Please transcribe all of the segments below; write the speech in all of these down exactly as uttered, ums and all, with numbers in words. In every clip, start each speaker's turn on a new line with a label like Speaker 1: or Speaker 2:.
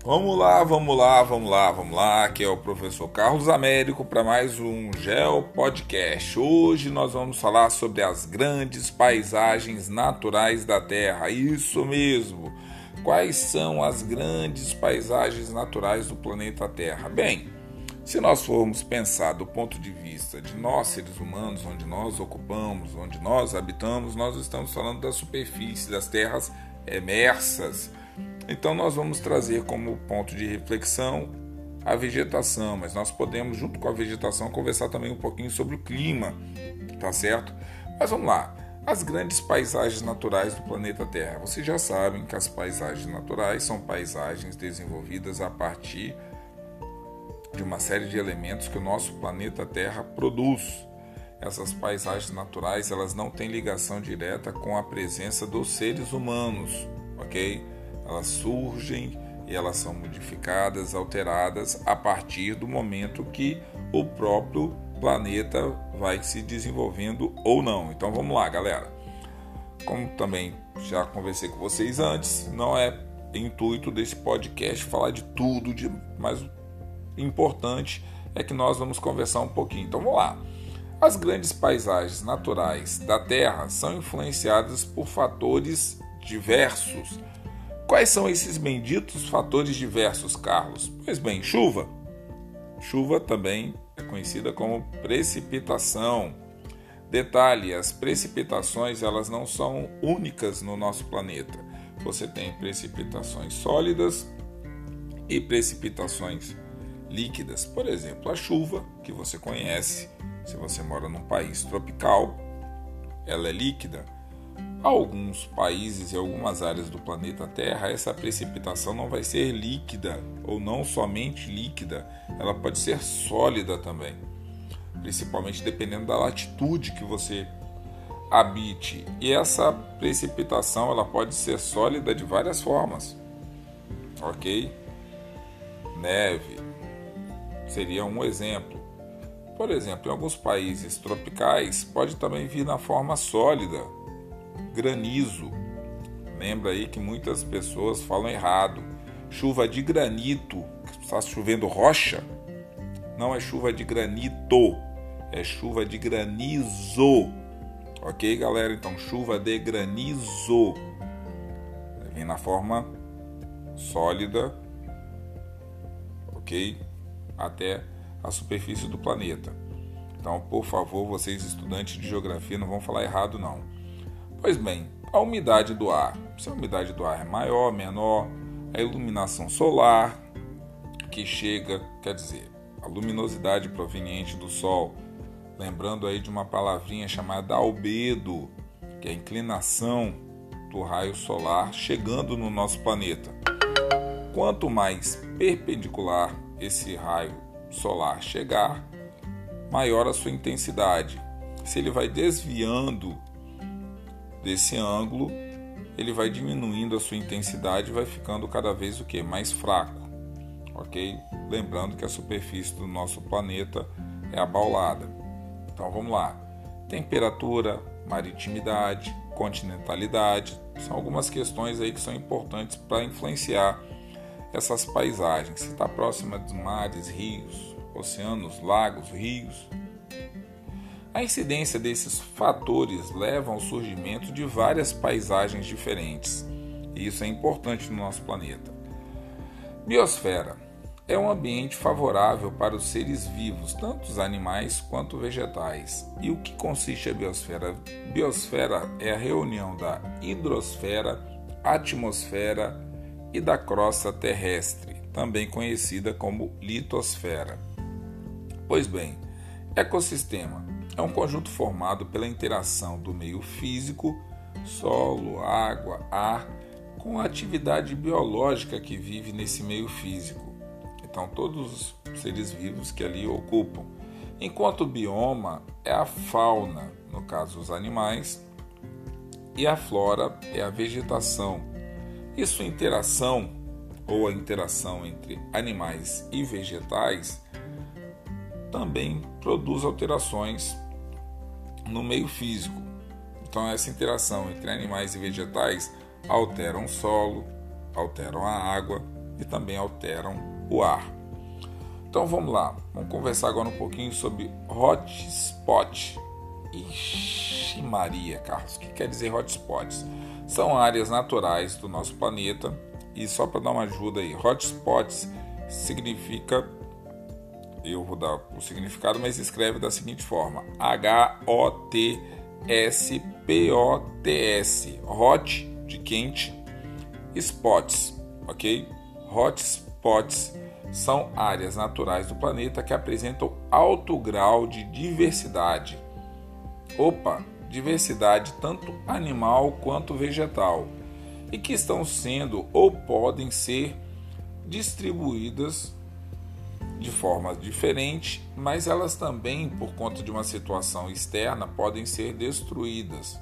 Speaker 1: Vamos lá, vamos lá, vamos lá, vamos lá. Aqui é o professor Carlos Américo para mais um Geo Podcast. Hoje nós vamos falar sobre as grandes paisagens naturais da Terra. Isso mesmo. Quais são as grandes paisagens naturais do planeta Terra? Bem, se nós formos pensar do ponto de vista de nós, seres humanos, onde nós ocupamos, onde nós habitamos, nós estamos falando da superfície, das terras emersas. Então nós vamos trazer como ponto de reflexão a vegetação, mas nós podemos, junto com a vegetação, conversar também um pouquinho sobre o clima, tá certo? Mas vamos lá, as grandes paisagens naturais do planeta Terra. Vocês já sabem que as paisagens naturais são paisagens desenvolvidas a partir de uma série de elementos que o nosso planeta Terra produz. Essas paisagens naturais, elas não têm ligação direta com a presença dos seres humanos, ok? Elas surgem e elas são modificadas, alteradas a partir do momento que o próprio planeta vai se desenvolvendo ou não. Então vamos lá, galera. Como também já conversei com vocês antes, não é intuito desse podcast falar de tudo, de, mas o importante é que nós vamos conversar um pouquinho. Então vamos lá. As grandes paisagens naturais da Terra são influenciadas por fatores diversos. Quais são esses benditos fatores diversos, Carlos? Pois bem, chuva. Chuva também é conhecida como precipitação. Detalhe, as precipitações elas não são únicas no nosso planeta. Você tem precipitações sólidas e precipitações líquidas. Por exemplo, a chuva, que você conhece, se você mora num país tropical, ela é líquida. Alguns países e algumas áreas do planeta Terra, essa precipitação não vai ser líquida, ou não somente líquida, ela pode ser sólida também, principalmente dependendo da latitude que você habite. E essa precipitação ela pode ser sólida de várias formas, ok? Neve seria um exemplo. Por exemplo, em alguns países tropicais pode também vir na forma sólida. Granizo. Lembra aí que muitas pessoas falam errado. Chuva de granito. Está chovendo rocha? Não é chuva de granito. É chuva de granizo. Ok, galera? Então, chuva de granizo. Vem na forma sólida. Ok? Até a superfície do planeta. Então, por favor, vocês estudantes de geografia não vão falar errado, não. Pois bem, a umidade do ar. Se a umidade do ar é maior, menor, a iluminação solar que chega, quer dizer, a luminosidade proveniente do Sol, lembrando aí de uma palavrinha chamada albedo, que é a inclinação do raio solar chegando no nosso planeta. Quanto mais perpendicular esse raio solar chegar, maior a sua intensidade. Se ele vai desviando desse ângulo, ele vai diminuindo a sua intensidade e vai ficando cada vez o que? Mais fraco, ok? Lembrando que a superfície do nosso planeta é abaulada. Então vamos lá. Temperatura, maritimidade, continentalidade, são algumas questões aí que são importantes para influenciar essas paisagens. Se está próxima dos mares, rios, oceanos, lagos, rios. A incidência desses fatores leva ao surgimento de várias paisagens diferentes, e isso é importante no nosso planeta. Biosfera é um ambiente favorável para os seres vivos, tanto os animais quanto vegetais. E o que consiste a biosfera? A biosfera é a reunião da hidrosfera, atmosfera e da crosta terrestre, também conhecida como litosfera. Pois bem, ecossistema é um conjunto formado pela interação do meio físico, solo, água, ar, com a atividade biológica que vive nesse meio físico. Então, todos os seres vivos que ali ocupam. Enquanto o bioma é a fauna, no caso os animais, e a flora é a vegetação. E sua interação, ou a interação entre animais e vegetais, também produz alterações no meio físico. Então essa interação entre animais e vegetais alteram o solo, alteram a água, e também alteram o ar. Então vamos lá, vamos conversar agora um pouquinho sobre hotspot. Ixi Maria, Carlos, o que quer dizer hotspots? São áreas naturais do nosso planeta e só para dar uma ajuda aí, hotspots significa, eu vou dar o significado, mas escreve da seguinte forma, H O T S P O T S, hot de quente, spots, ok? Hotspots são áreas naturais do planeta que apresentam alto grau de diversidade. Opa, diversidade tanto animal quanto vegetal, e que estão sendo ou podem ser distribuídas de forma diferente, mas elas também, por conta de uma situação externa, podem ser destruídas.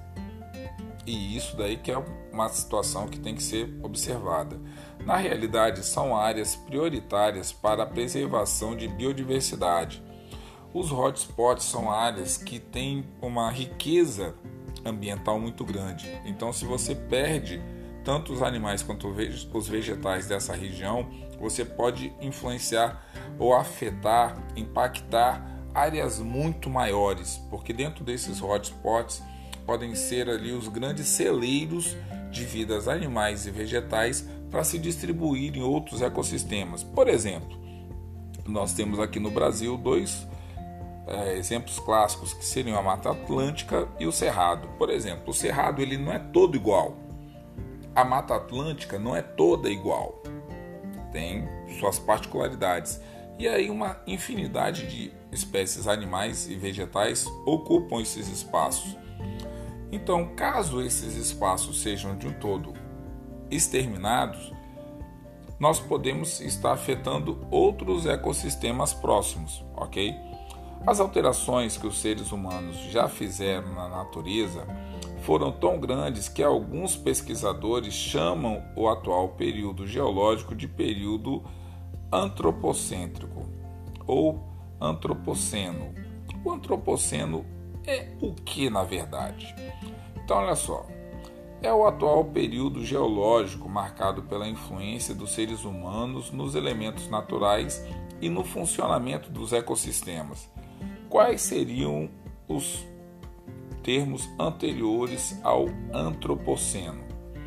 Speaker 1: E isso daí que é uma situação que tem que ser observada. Na realidade, são áreas prioritárias para a preservação de biodiversidade. Os hotspots são áreas que têm uma riqueza ambiental muito grande. Então, se você perde tanto os animais quanto os vegetais dessa região, você pode influenciar ou afetar, impactar áreas muito maiores, porque dentro desses hotspots podem ser ali os grandes celeiros de vidas animais e vegetais para se distribuir em outros ecossistemas. Por exemplo, nós temos aqui no Brasil dois é, exemplos clássicos que seriam a Mata Atlântica e o Cerrado. Por exemplo, o Cerrado ele não é todo igual. A Mata Atlântica não é toda igual. Tem suas particularidades. E aí uma infinidade de espécies animais e vegetais ocupam esses espaços. Então, caso esses espaços sejam de um todo exterminados, nós podemos estar afetando outros ecossistemas próximos, ok? As alterações que os seres humanos já fizeram na natureza foram tão grandes que alguns pesquisadores chamam o atual período geológico de período antropocêntrico ou antropoceno. O antropoceno é o que, na verdade? Então, olha só, é o atual período geológico marcado pela influência dos seres humanos nos elementos naturais e no funcionamento dos ecossistemas. Quais seriam os termos anteriores ao antropoceno?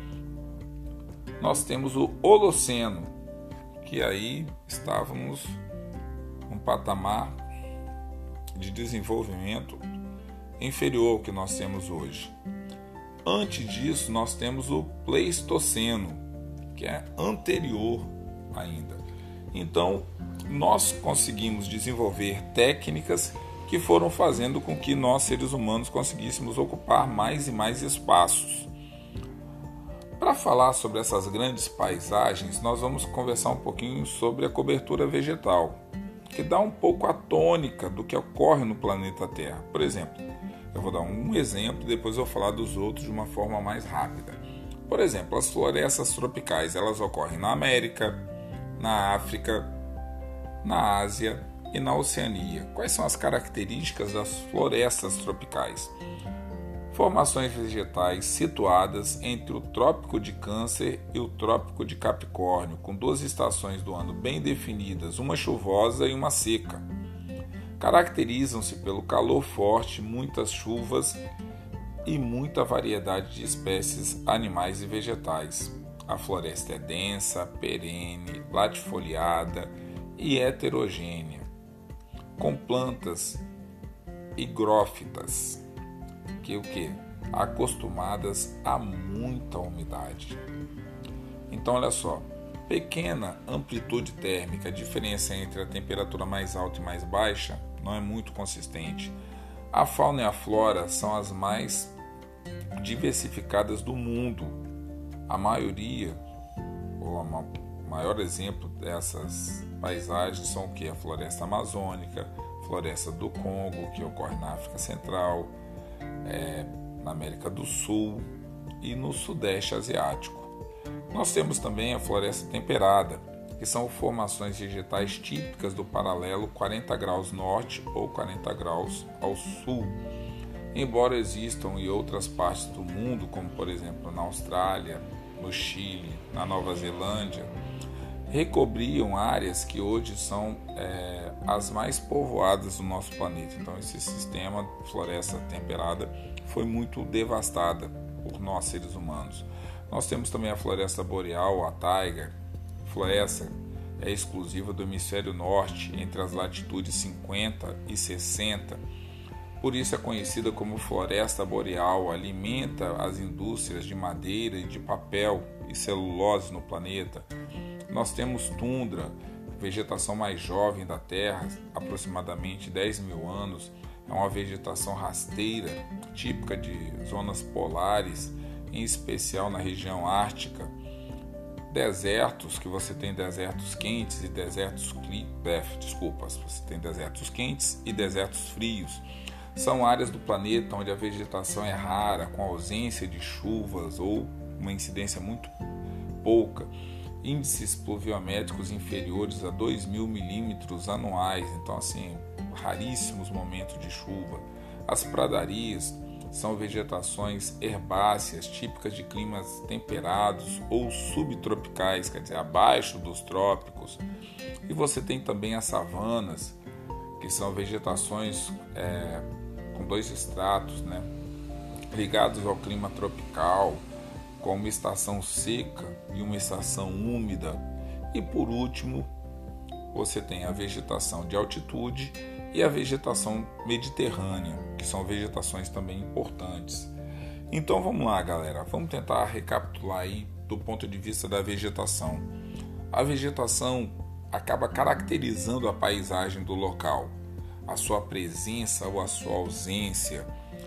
Speaker 1: Nós temos o Holoceno, que aí estávamos num patamar de desenvolvimento inferior ao que nós temos hoje. Antes disso, nós temos o Pleistoceno, que é anterior ainda. Então, nós conseguimos desenvolver técnicas que foram fazendo com que nós, seres humanos, conseguíssemos ocupar mais e mais espaços. Para falar sobre essas grandes paisagens, nós vamos conversar um pouquinho sobre a cobertura vegetal, que dá um pouco a tônica do que ocorre no planeta Terra. Por exemplo, eu vou dar um exemplo e depois eu vou falar dos outros de uma forma mais rápida. Por exemplo, as florestas tropicais, elas ocorrem na América, na África, na Ásia e na Oceania. Quais são as características das florestas tropicais? Formações vegetais situadas entre o Trópico de Câncer e o Trópico de Capricórnio, com duas estações do ano bem definidas, uma chuvosa e uma seca. Caracterizam-se pelo calor forte, muitas chuvas e muita variedade de espécies animais e vegetais. A floresta é densa, perene, latifoliada e heterogênea, com plantas higrófitas, que o que? Acostumadas a muita umidade. Então, olha só, pequena amplitude térmica, a diferença entre a temperatura mais alta e mais baixa, não é muito consistente. A fauna e a flora são as mais diversificadas do mundo. A maioria, ou o maior exemplo dessas paisagens são o que? A floresta amazônica, floresta do Congo, que ocorre na África Central, é, na América do Sul e no Sudeste Asiático. Nós temos também a floresta temperada, que são formações vegetais típicas do paralelo quarenta graus norte ou quarenta graus ao sul. Embora existam em outras partes do mundo, como por exemplo na Austrália, no Chile, na Nova Zelândia, recobriam áreas que hoje são é, as mais povoadas do nosso planeta. Então esse sistema floresta temperada foi muito devastada por nós seres humanos. Nós temos também a floresta boreal, a taiga. Floresta é exclusiva do hemisfério norte, entre as latitudes cinquenta e sessenta. Por isso é conhecida como floresta boreal. Alimenta as indústrias de madeira e de papel e celulose no planeta. Nós temos tundra, vegetação mais jovem da Terra, aproximadamente dez mil anos. É uma vegetação rasteira, típica de zonas polares, em especial na região ártica. Desertos, que você tem desertos quentes e desertos é, desculpas, você tem desertos quentes e desertos frios. São áreas do planeta onde a vegetação é rara, com ausência de chuvas ou uma incidência muito pouca. Índices pluviométricos inferiores a dois mil milímetros anuais, então assim, raríssimos momentos de chuva. As pradarias são vegetações herbáceas típicas de climas temperados ou subtropicais, quer dizer, abaixo dos trópicos. E você tem também as savanas, que são vegetações é, com dois estratos, né, ligados ao clima tropical, com uma estação seca e uma estação úmida. E por último, você tem a vegetação de altitude e a vegetação mediterrânea, que são vegetações também importantes. Então vamos lá, galera, vamos tentar recapitular aí do ponto de vista da vegetação. A vegetação acaba caracterizando a paisagem do local. A sua presença ou a sua ausência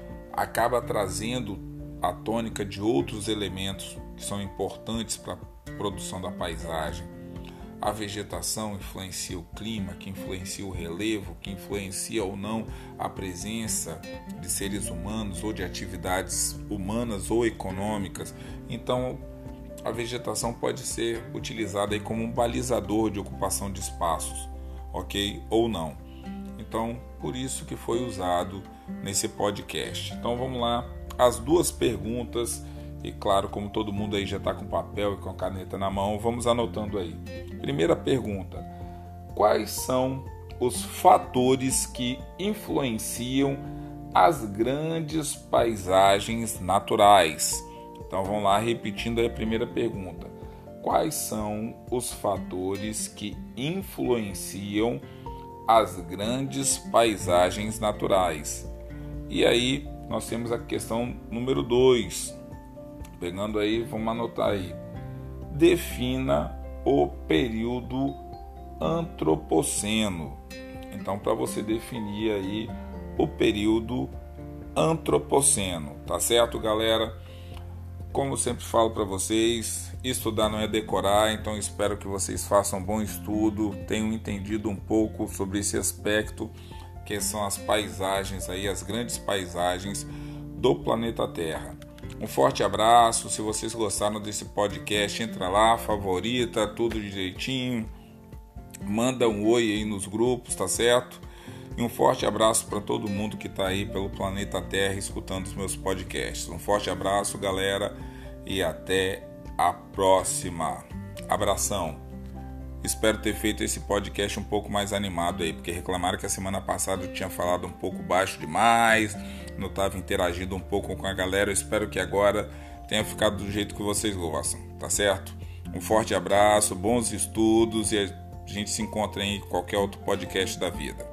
Speaker 1: acaba trazendo a tônica de outros elementos que são importantes para a produção da paisagem. A vegetação influencia o clima, que influencia o relevo, que influencia ou não a presença de seres humanos ou de atividades humanas ou econômicas. Então, a vegetação pode ser utilizada aí como um balizador de ocupação de espaços, ok? Ou não. Então, por isso que foi usado nesse podcast. Então, vamos lá. As duas perguntas, e claro, como todo mundo aí já está com papel e com caneta na mão, vamos anotando aí. Primeira pergunta: quais são os fatores que influenciam as grandes paisagens naturais? Então vamos lá, repetindo aí a primeira pergunta. Quais são os fatores que influenciam as grandes paisagens naturais? E aí nós temos a questão número dois. Pegando aí, vamos anotar aí. Defina o período antropoceno. Então, para você definir aí o período antropoceno, tá certo, galera? Como eu sempre falo para vocês, estudar não é decorar, então espero que vocês façam um bom estudo, tenham entendido um pouco sobre esse aspecto que são as paisagens aí, as grandes paisagens do planeta Terra. Um forte abraço. Se vocês gostaram desse podcast, entra lá, favorita, tudo direitinho, manda um oi aí nos grupos, tá certo? E um forte abraço para todo mundo que está aí pelo planeta Terra escutando os meus podcasts. Um forte abraço, galera, e até a próxima. Abração. Espero ter feito esse podcast um pouco mais animado aí, porque reclamaram que a semana passada eu tinha falado um pouco baixo demais, não estava interagindo um pouco com a galera. Eu espero que agora tenha ficado do jeito que vocês gostam, tá certo? Um forte abraço, bons estudos e a gente se encontra em qualquer outro podcast da vida.